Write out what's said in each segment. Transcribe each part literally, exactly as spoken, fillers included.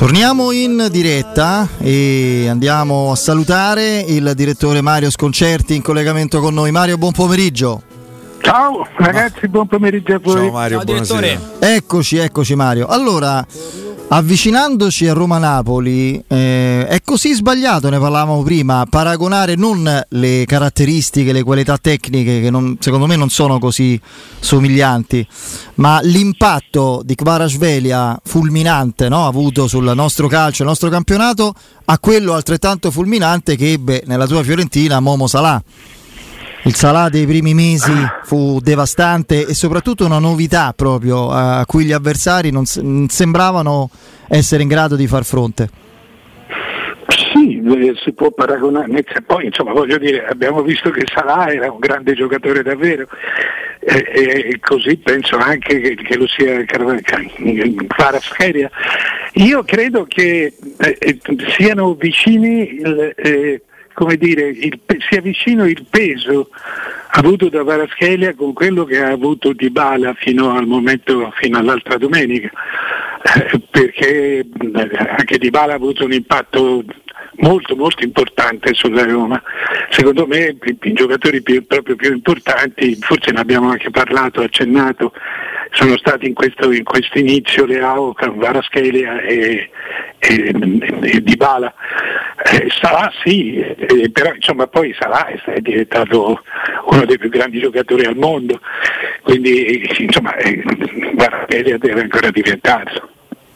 Torniamo in diretta e andiamo a salutare il direttore Mario Sconcerti in collegamento con noi. Mario, buon pomeriggio. Ciao ragazzi, buon pomeriggio a voi. Ciao Mario, Ciao, buonasera. Eccoci, eccoci Mario. Allora, avvicinandoci a Roma-Napoli, eh, è così sbagliato, ne parlavamo prima, paragonare non le caratteristiche, le qualità tecniche che non, secondo me non sono così somiglianti, ma l'impatto di Kvaratskhelia fulminante, no, avuto sul nostro calcio, il nostro campionato, a quello altrettanto fulminante che ebbe nella tua Fiorentina Momo Salah. Il Salah dei primi mesi fu devastante e soprattutto una novità proprio a cui gli avversari non, non sembravano essere in grado di far fronte. Sì, si può paragonare, poi insomma voglio dire, abbiamo visto che Salah era un grande giocatore davvero e, e così penso anche che, che lo sia Kvaratskhelia. Io credo che eh, siano vicini il, eh, come dire, il, sia vicino il peso avuto da Kvaratskhelia con quello che ha avuto Dybala fino al momento, fino all'altra domenica, eh, perché anche Dybala ha avuto un impatto molto molto importante sulla Roma. Secondo me i, i giocatori più, proprio più importanti, forse ne abbiamo anche parlato, accennato, sono stati in questo in questo inizio Leao, Kvaratskhelia e, e, e Dybala. Eh, Salah sì, eh, però insomma poi Salah è diventato uno dei più grandi giocatori al mondo, quindi insomma eh, Kvaratskhelia deve ancora diventarlo.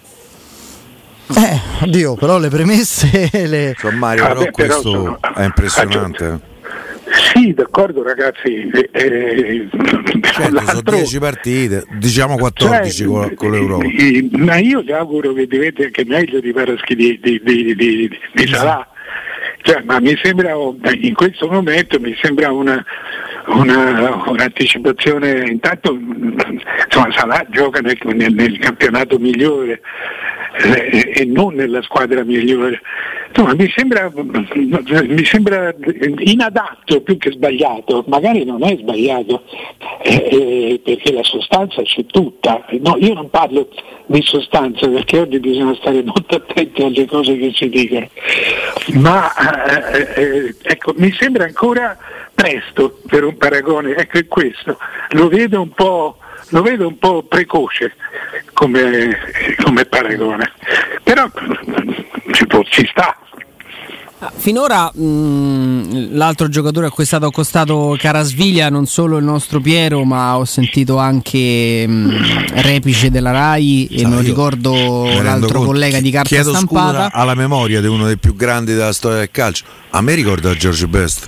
Eh, oddio, però le premesse le... Sono Mario, Vabbè, però questo però sono... è impressionante. Sì, d'accordo ragazzi, eh, Certo, sono dieci partite, diciamo quattordici, cioè, con, con l'Europa. Eh, ma io ti auguro che diventi anche meglio di Kvaratskhelia di, di, di, di, di Salah. Cioè, ma mi sembra, in questo momento mi sembra una, una un'anticipazione. Intanto insomma Salah gioca nel, nel, nel campionato migliore eh, e non nella squadra migliore. Insomma, mi sembra, mi sembra inadatto più che sbagliato, magari non è sbagliato eh, perché la sostanza c'è tutta. No, io non parlo di sostanza perché oggi bisogna stare molto attenti alle cose che si dicono, ma eh, eh, ecco, mi sembra ancora presto per un paragone, ecco è questo, lo vedo un po', lo vedo un po' precoce come, come paragone, però ci, può, ci sta. Finora mh, l'altro giocatore a cui è stato accostato Kvaratskhelia, non solo il nostro Piero, ma ho sentito anche mh, Repice della Rai e non ricordo l'altro collega di carta chiedo stampata. Scusa alla memoria di uno dei più grandi della storia del calcio. A me ricorda George Best.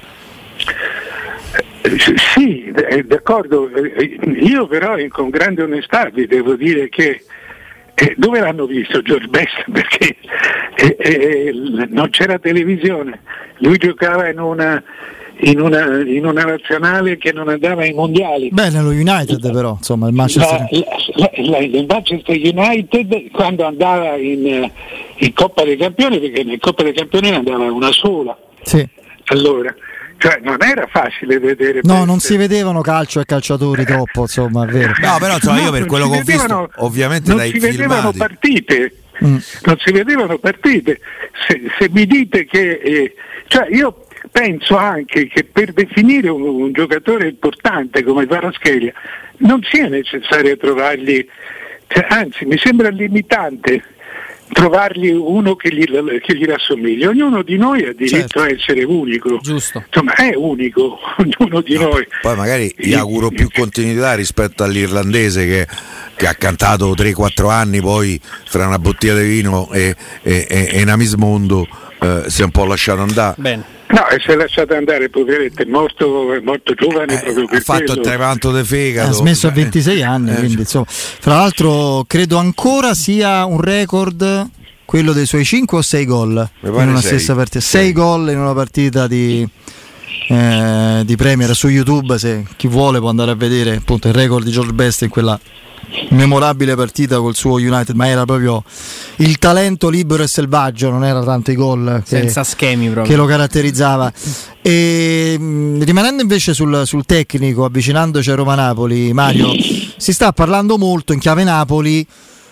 Sì, d'accordo, io però con grande onestà vi devo dire che eh, dove l'hanno visto George Best? Perché eh, eh, non c'era televisione, lui giocava in una, in una in una nazionale che non andava ai mondiali. Beh, nello United però, insomma, il Manchester la, la, la, il Manchester United quando andava in, in Coppa dei Campioni, perché nel Coppa dei Campioni ne andava una sola. Sì. Allora, cioè non era facile vedere. No, Best. Non si vedevano calcio e calciatori troppo, insomma, è vero. No, però insomma, No, io per non quello si che ho vedevano- visto, ovviamente non dai si vedevano filmati. partite, Mm. non si vedevano partite. Se, se mi dite che, eh, cioè io penso anche che per definire un, un giocatore importante come Kvaratskhelia non sia necessario trovargli, cioè, anzi mi sembra limitante trovargli uno che gli, che gli rassomiglia. Ognuno di noi ha diritto Certo. a essere unico. Giusto. Insomma, è unico, ognuno di No, noi. Poi magari gli auguro più continuità rispetto all'irlandese che, che ha cantato tre quattro anni, poi fra una bottiglia di vino e, e, e, e Namismondo eh, si è un po' lasciato andare. Bene. No, e si è lasciato andare, poveretto, è morto, è morto giovane Eh, proprio per ha fatto quello. il trapianto di fegato. Ha smesso a Eh, ventisei anni, eh, quindi insomma, fra l'altro credo ancora sia un record quello dei suoi cinque o sei gol Mi in pare una sei. stessa partita. Sei. sei gol in una partita di, eh, di Premier su YouTube, se chi vuole può andare a vedere appunto il record di George Best in quella memorabile partita col suo United, ma era proprio il talento libero e selvaggio, non era tanto i gol che, Senza schemi proprio. che lo caratterizzava. E mh, rimanendo invece sul, sul tecnico, avvicinandoci a Roma-Napoli, Mario, si sta parlando molto in chiave Napoli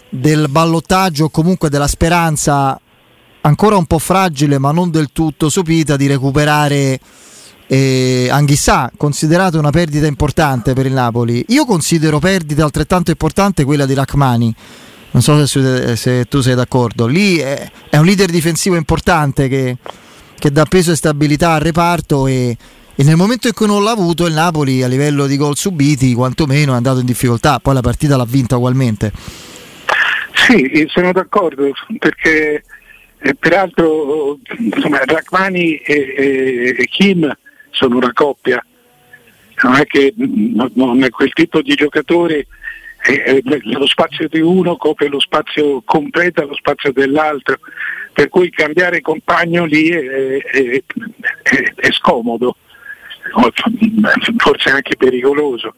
del ballottaggio o comunque della speranza ancora un po' fragile ma non del tutto sopita di recuperare eh, Anghissà, considerato una perdita importante per il Napoli. Io considero perdita altrettanto importante quella di Rachmani, non so se, se tu sei d'accordo. Lì è, è un leader difensivo importante che, che dà peso e stabilità al reparto e, e nel momento in cui non l'ha avuto il Napoli a livello di gol subiti quantomeno è andato in difficoltà, poi la partita l'ha vinta ugualmente. Sì, sono d'accordo perché eh, peraltro insomma, Rachmani e, e, e Kim sono una coppia, non è che non è quel tipo di giocatore, eh, lo spazio di uno copre lo spazio, completa lo spazio dell'altro, per cui cambiare compagno lì è, è, è, è scomodo, forse anche pericoloso.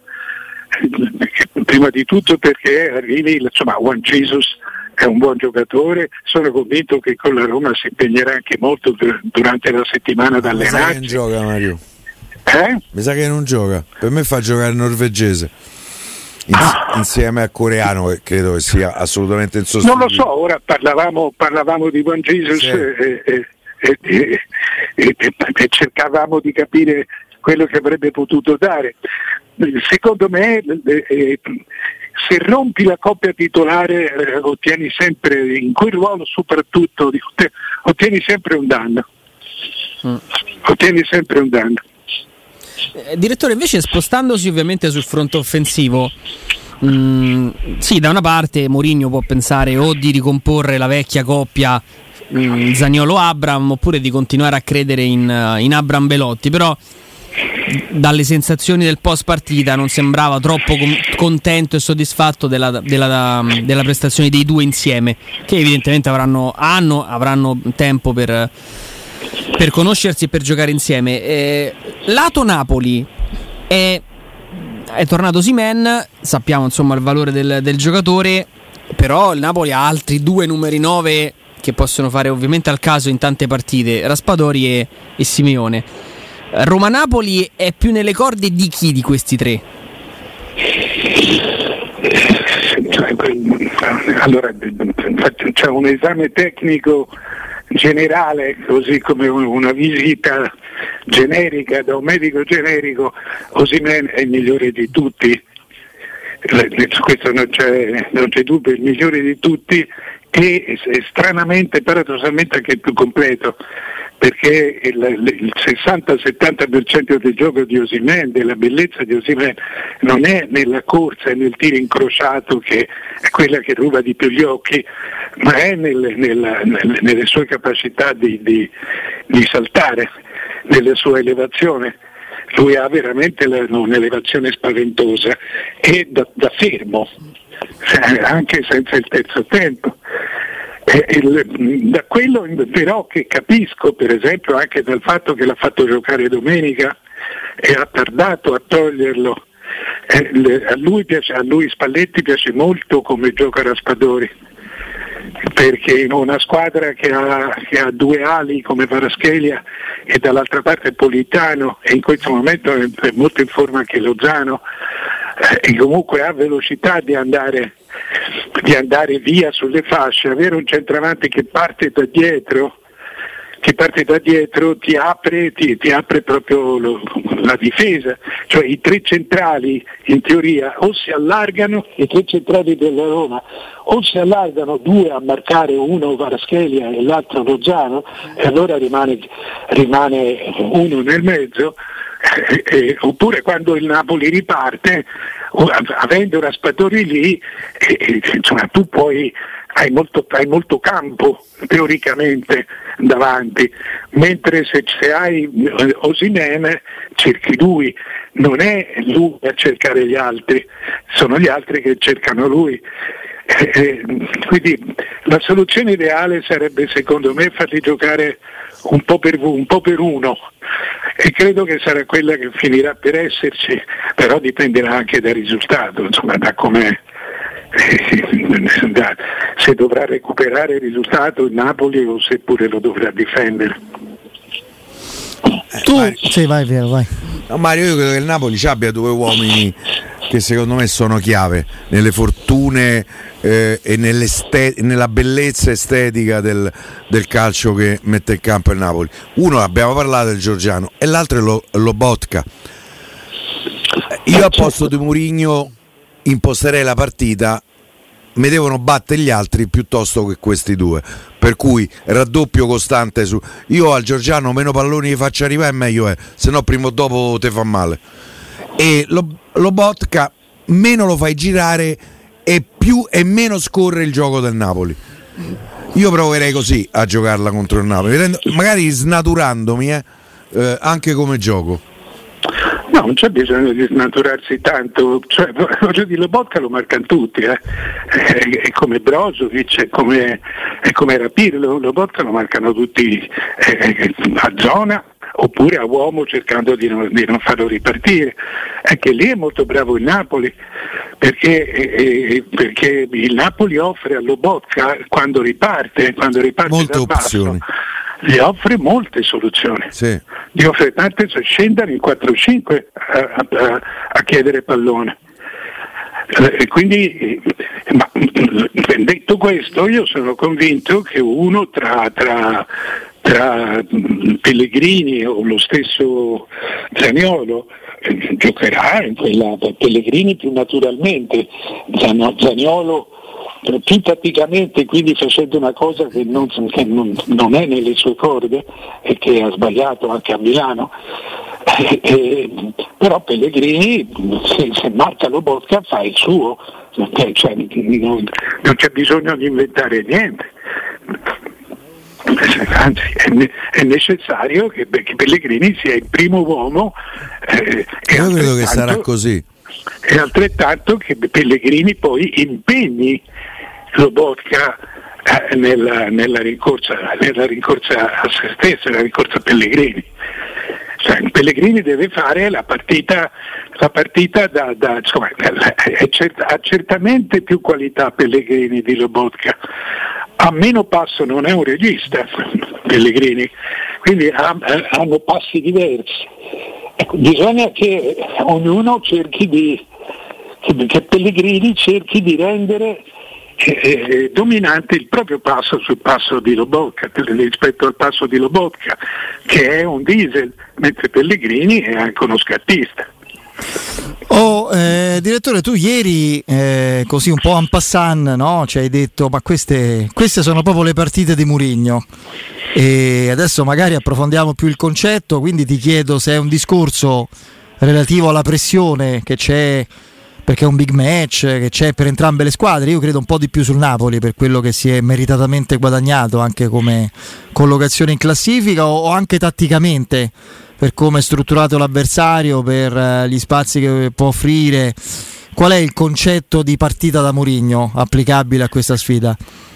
Prima di tutto perché arrivi, insomma, Juan Jesus è un buon giocatore, sono convinto che con la Roma si impegnerà anche molto durante la settimana ad allenarsi. Mi sa che non gioca, Mario. Eh? Mi sa che non gioca, per me fa giocare il norvegese Ins- ah. insieme al coreano, che credo che sia assolutamente insostituibile. Non lo so, ora parlavamo, parlavamo di Juan Jesus sì. e, e, e, e, e, e cercavamo di capire quello che avrebbe potuto dare. Secondo me eh, se rompi la coppia titolare eh, ottieni sempre, in quel ruolo soprattutto, ottieni sempre un danno. Mm. Ottieni sempre un danno. Eh, direttore, invece spostandosi ovviamente sul fronte offensivo, mh, sì, da una parte Mourinho può pensare o di ricomporre la vecchia coppia mh, Zaniolo-Abram oppure di continuare a credere in, in Abram Belotti, però dalle sensazioni del post partita non sembrava troppo com- contento e soddisfatto della, della, della prestazione dei due insieme, che evidentemente avranno, hanno, avranno tempo per, per conoscersi e per giocare insieme. Eh, lato Napoli è, è tornato Osimhen, sappiamo insomma il valore del, del giocatore, però il Napoli ha altri due numeri nove che possono fare ovviamente al caso in tante partite, Raspadori e, e Simeone. Roma-Napoli è più nelle corde di chi di questi tre? Allora, c'è un esame tecnico generale, così come una visita generica da un medico generico. Osimhen è il migliore di tutti, su questo non c'è, non c'è dubbio, il migliore di tutti e stranamente, paradossalmente anche il più completo, perché il, il sessanta settanta per cento del gioco di Osimhen, della bellezza di Osimhen, non è nella corsa e nel tiro incrociato, che è quella che ruba di più gli occhi, ma è nel, nella, nelle, nelle sue capacità di, di, di saltare, nella sua elevazione. Lui ha veramente la, no, un'elevazione spaventosa e da, da fermo, anche senza il terzo tempo. Il, da quello però che capisco, per esempio anche dal fatto che l'ha fatto giocare domenica e ha tardato a toglierlo, eh, le, a, lui piace, a lui Spalletti piace molto come gioca Raspadori, perché in una squadra che ha, che ha due ali come Kvaratskhelia e dall'altra parte Politano, e in questo momento è, è molto in forma anche Lozano, eh, e comunque ha velocità di andare di andare via sulle fasce, avere un centravanti che parte da dietro che parte da dietro ti apre, ti, ti apre proprio lo, la difesa, cioè i tre centrali in teoria o si allargano, i tre centrali della Roma o si allargano, due a marcare, uno Kvaratskhelia e l'altro Lozano, e allora rimane, rimane uno nel mezzo. Eh, eh, oppure quando il Napoli riparte, avendo Raspadori lì, eh, eh, insomma, tu puoi hai molto, hai molto campo teoricamente davanti, mentre se, se hai Osimhen cerchi lui, non è lui a cercare gli altri, sono gli altri che cercano lui. Eh, eh, quindi la soluzione ideale sarebbe, secondo me, farli giocare un po' per un po' per uno, e credo che sarà quella che finirà per esserci, però dipenderà anche dal risultato, insomma, da come da, se dovrà recuperare il risultato il Napoli o seppure lo dovrà difendere. Tu vai. Sì, vai, via, vai. No, Mario, io credo che il Napoli ci abbia due uomini che secondo me sono chiave nelle fortune eh, e nella bellezza estetica del, del calcio che mette in campo il Napoli. Uno, abbiamo parlato del Giorgiano, e l'altro è lo, Lobotka. Io al posto di Mourinho imposterei la partita, mi devono battere gli altri piuttosto che questi due, per cui raddoppio costante su. Io al Giorgiano meno palloni che faccia arrivare meglio è, se no prima o dopo te fa male. E lo, Lobotka meno lo fai girare e più e meno scorre il gioco del Napoli. Io proverei così a giocarla contro il Napoli, magari snaturandomi eh, eh, anche come gioco. No, non c'è bisogno di snaturarsi tanto, cioè, voglio dire, Lobotka lo marcano tutti, eh. è, è come Brozovic, è come, è come Rapirlo, Lobotka lo marcano tutti eh, a zona oppure a uomo, cercando di non, di non farlo ripartire. È che lì è molto bravo il Napoli, perché, eh, perché il Napoli offre a Lobotka, quando riparte, quando riparte molte dal opzioni. basso, gli offre molte soluzioni, sì. Gli offre tante, scendere in quattro cinque a, a, a chiedere pallone. E quindi, ma, detto questo, io sono convinto che uno tra, tra, tra Pellegrini o lo stesso Zaniolo eh, giocherà in quella, Pellegrini più naturalmente, Zaniolo più tatticamente, quindi facendo una cosa che, non, che non, non è nelle sue corde e che ha sbagliato anche a Milano. Eh, eh, però Pellegrini, se, se marca Lobotka, fa il suo, cioè, non, non c'è bisogno di inventare niente. Anzi, è, ne- è necessario che, che Pellegrini sia il primo uomo. Eh, Io credo che sarà così. E altrettanto che Pellegrini poi impegni Lobotka eh, nella, nella, rincorsa, nella rincorsa a se stesso, nella rincorsa a Pellegrini. Cioè, Pellegrini deve fare la partita, la partita da, da insomma, è cert- ha certamente più qualità Pellegrini di Lobotka. A meno passo non è un regista Pellegrini, quindi ha, hanno passi diversi. Ecco, bisogna che ognuno cerchi di, che, che Pellegrini cerchi di rendere eh, dominante il proprio passo sul passo di Lobotka rispetto al passo di Lobotka, che è un diesel, mentre Pellegrini è anche uno scattista. Oh, eh, direttore, tu ieri eh, così un po' en passant, no? Ci hai detto ma queste, queste sono proprio le partite di Mourinho, e adesso magari approfondiamo più il concetto, quindi ti chiedo se è un discorso relativo alla pressione che c'è, perché è un big match che c'è per entrambe le squadre. Io credo un po' di più sul Napoli per quello che si è meritatamente guadagnato anche come collocazione in classifica, o, o anche tatticamente per come è strutturato l'avversario, per gli spazi che può offrire. Qual è il concetto di partita da Mourinho applicabile a questa sfida?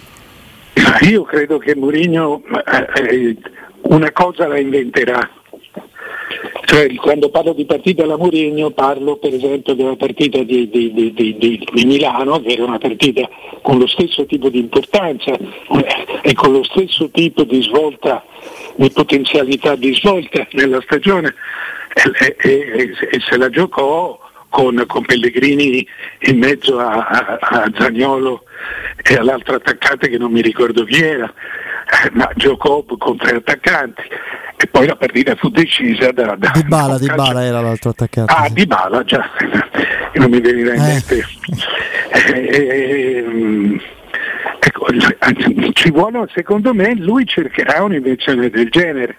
Io credo che Mourinho eh, una cosa la inventerà. Cioè, quando parlo di partita alla Mourinho parlo per esempio della partita di, di, di, di, di Milano, che era una partita con lo stesso tipo di importanza e con lo stesso tipo di svolta, di potenzialità di svolta nella stagione, e, e, e, e se la giocò con, con Pellegrini in mezzo a, a, a Zaniolo e all'altro attaccante che non mi ricordo chi era, eh, ma giocò con tre attaccanti. E poi la partita fu decisa da, da Dybala, Dybala era l'altro attaccante. Ah, sì. Dybala, già, non mi veniva in mente. Eh. Eh, eh, ecco, ci vuole, secondo me, lui cercherà un'invenzione del genere,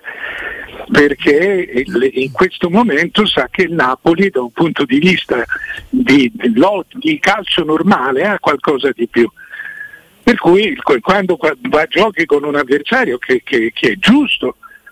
perché in questo momento sa che il Napoli, da un punto di vista di, di, di calcio normale, ha qualcosa di più. Per cui quando va a giochi con un avversario che, che, che è giusto,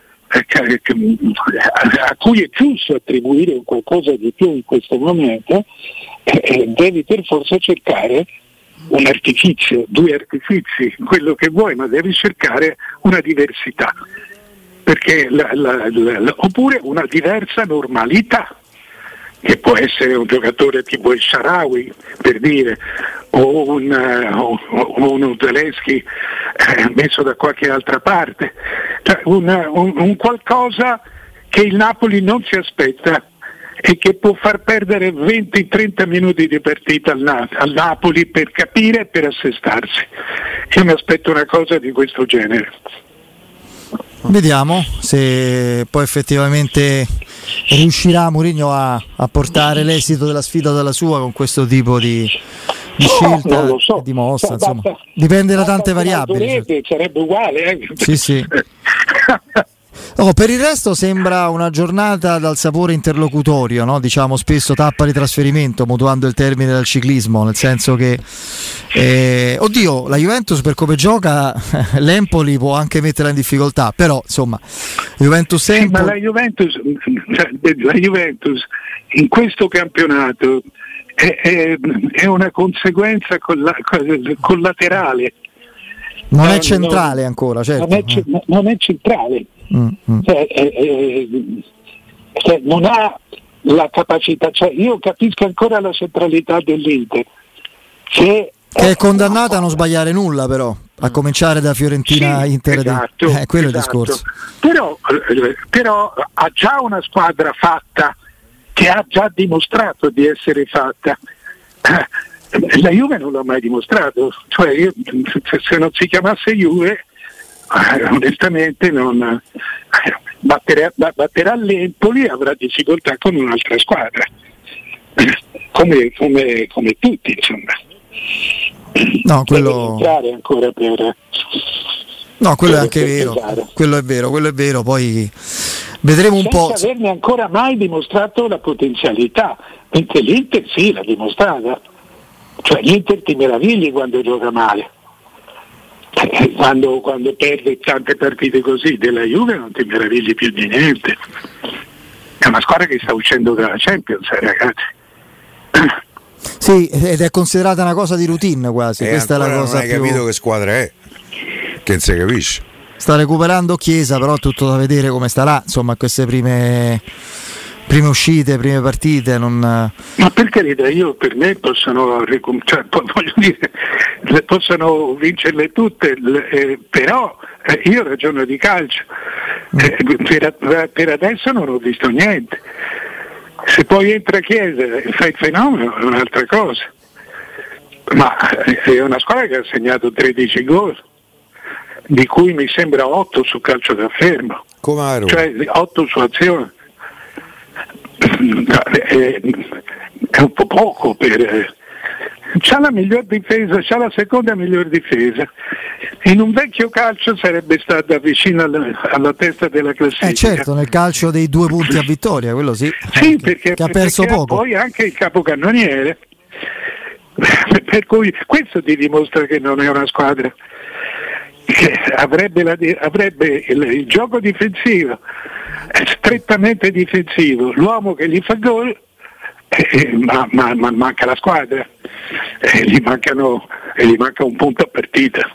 a cui è giusto attribuire qualcosa di più in questo momento, eh, devi per forza cercare un artifizio, due artifici, quello che vuoi, ma devi cercare una diversità, perché la, la, la, la, oppure una diversa normalità, che può essere un giocatore tipo il Shaarawy, per dire, o un, uh, o un Zalewski eh, messo da qualche altra parte, cioè un, un, un qualcosa che il Napoli non si aspetta e che può far perdere venti trenta minuti di partita al, Na- al Napoli per capire e per assestarsi. Io mi aspetto una cosa di questo genere. Vediamo se poi effettivamente riuscirà Mourinho a, a portare l'esito della sfida dalla sua con questo tipo di, di scelta non lo so. e di mossa, Cioè, insomma. basta, Dipende da tante variabili. Rete, sarebbe uguale. Eh? Sì, sì. Oh, per il resto sembra una giornata dal sapore interlocutorio, no? Diciamo spesso tappa di trasferimento, mutuando il termine del ciclismo, nel senso che eh, oddio, la Juventus per come gioca l'Empoli può anche metterla in difficoltà, però insomma Juventus sempre... Sì, ma la Juventus, cioè, la Juventus in questo campionato è, è, è una conseguenza colla- collaterale. Non è centrale non, ancora, certo. Non è, c- non è centrale. Mm, mm. Cioè, eh, eh, cioè, non ha la capacità. Cioè, io capisco ancora la centralità dell'Inter, che, che è condannata a non sbagliare nulla, però, a cominciare da Fiorentina, sì, Inter. Esatto, eh, quello esatto. è il discorso. Però, eh, però ha già una squadra fatta, che ha già dimostrato di essere fatta. La Juve non l'ha mai dimostrato, cioè io, se non si chiamasse Juve eh, onestamente non eh, batterà, batterà l'Empoli e avrà difficoltà con un'altra squadra come, come, come tutti, insomma. No, quello entrare ancora per No, quello è anche vero. Quello è vero, quello è vero, poi vedremo un senza po'. Senza averne ancora mai dimostrato la potenzialità, mentre l'Inter sì, l'ha dimostrata. Cioè l'Inter ti meravigli quando gioca male, quando, quando perde tante partite così. Della Juve non ti meravigli più di niente, è una squadra che sta uscendo dalla Champions, ragazzi. Sì, ed è considerata una cosa di routine quasi. E questa è la cosa non hai più... capito che squadra è, che non si capisce. Sta recuperando Chiesa, però tutto da vedere come starà, insomma, a queste prime prime uscite, prime partite. Non... Ma per carità, io per me possono, cioè, voglio dire, possono vincerle tutte, eh, però eh, io ragiono di calcio, eh, per, per adesso non ho visto niente. Se poi entra Chiesa e fa il fenomeno è un'altra cosa, ma è una squadra che ha segnato tredici gol, di cui mi sembra otto su calcio da fermo, come cioè otto su azione. È, è un po' poco per... C'ha la miglior difesa, c'ha la seconda miglior difesa. In un vecchio calcio sarebbe stata vicina alla, alla testa della classifica. Eh certo, nel calcio dei due punti a vittoria, quello sì. Sì, eh, perché, che ha perso perché poco. Poi anche il capocannoniere. Per cui questo ti dimostra che non è una squadra che avrebbe, la, avrebbe il, il gioco difensivo, strettamente difensivo, l'uomo che gli fa gol, eh, ma, ma, ma manca la squadra, eh, gli, mancano, eh, gli manca un punto a partita.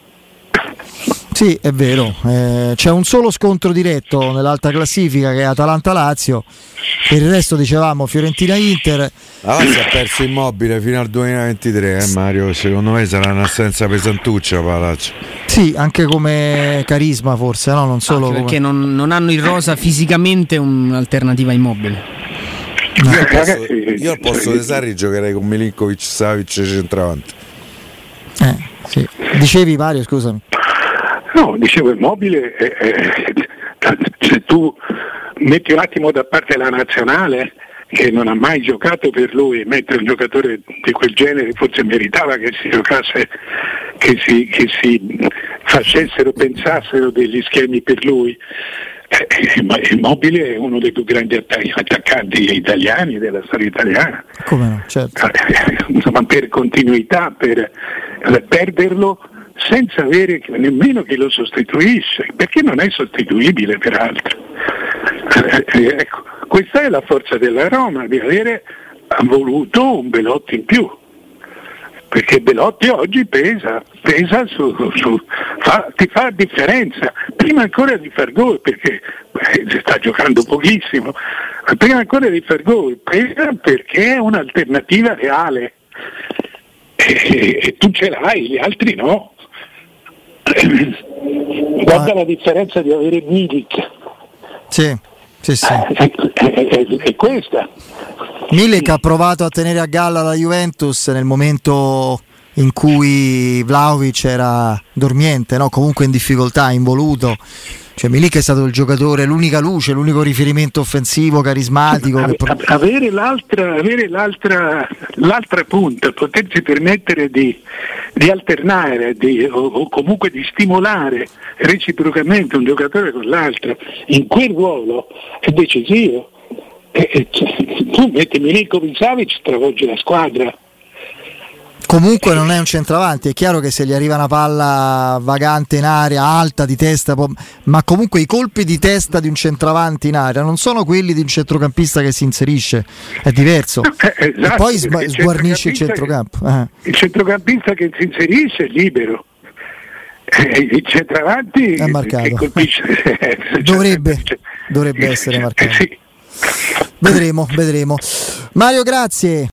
Sì, è vero, eh, c'è un solo scontro diretto nell'alta classifica che è Atalanta-Lazio, per il resto dicevamo Fiorentina-Inter. La Lazio ha perso Immobile fino al duemilaventitré, eh, Mario, secondo me sarà un'assenza pesantuccia per la Lazio. Sì, anche come carisma forse, no? Non solo anche come... perché non, non hanno in rosa fisicamente un'alternativa Immobile. Io al posto, io al posto di Sarri giocherei con Milinkovic, Savic centravanti. Eh, sì. Dicevi Mario, scusami. No, dicevo Immobile, eh, eh, se tu metti un attimo da parte la nazionale, che non ha mai giocato per lui, e mettere un giocatore di quel genere forse meritava che si giocasse, che si, che si facessero, pensassero degli schemi per lui. Eh, Immobile è uno dei più grandi attac- attaccanti italiani della storia italiana. Come no, certo. Insomma, per continuità, per perderlo senza avere nemmeno chi lo sostituisce, perché non è sostituibile peraltro. Eh, ecco, questa è la forza della Roma, di avere voluto un Belotti in più, perché Belotti oggi pesa, pesa su, su fa, ti fa differenza, prima ancora di far gol, perché eh, sta giocando pochissimo, ma prima ancora di far gol pesa perché è un'alternativa reale, e, e tu ce l'hai, gli altri no. Guarda la differenza di avere Milik. Sì. Sì, sì. È, è, è, è questa. Milik ha provato a tenere a galla la Juventus nel momento in cui Vlahovic era dormiente, no? Comunque in difficoltà, involuto. Cioè Milik è stato il giocatore, l'unica luce, l'unico riferimento offensivo, carismatico. Ave, che... avere, l'altra, avere l'altra, l'altra punta, potersi permettere di, di alternare di, o, o comunque di stimolare reciprocamente un giocatore con l'altro in quel ruolo è decisivo. E, e, cioè, tu metti Milinković-Savić, stravolge la squadra. Comunque non è un centravanti, è chiaro che se gli arriva una palla vagante in area, alta di testa, ma comunque i colpi di testa di un centravanti in area non sono quelli di un centrocampista che si inserisce, è diverso. Eh, esatto, e poi sba- sguarnisce il centrocampo. Che, eh. Il centrocampista che si inserisce è libero. Eh, il centravanti è marcato. Che colpisce, eh, dovrebbe, dovrebbe essere marcato. Eh, sì. Vedremo, vedremo. Mario, grazie.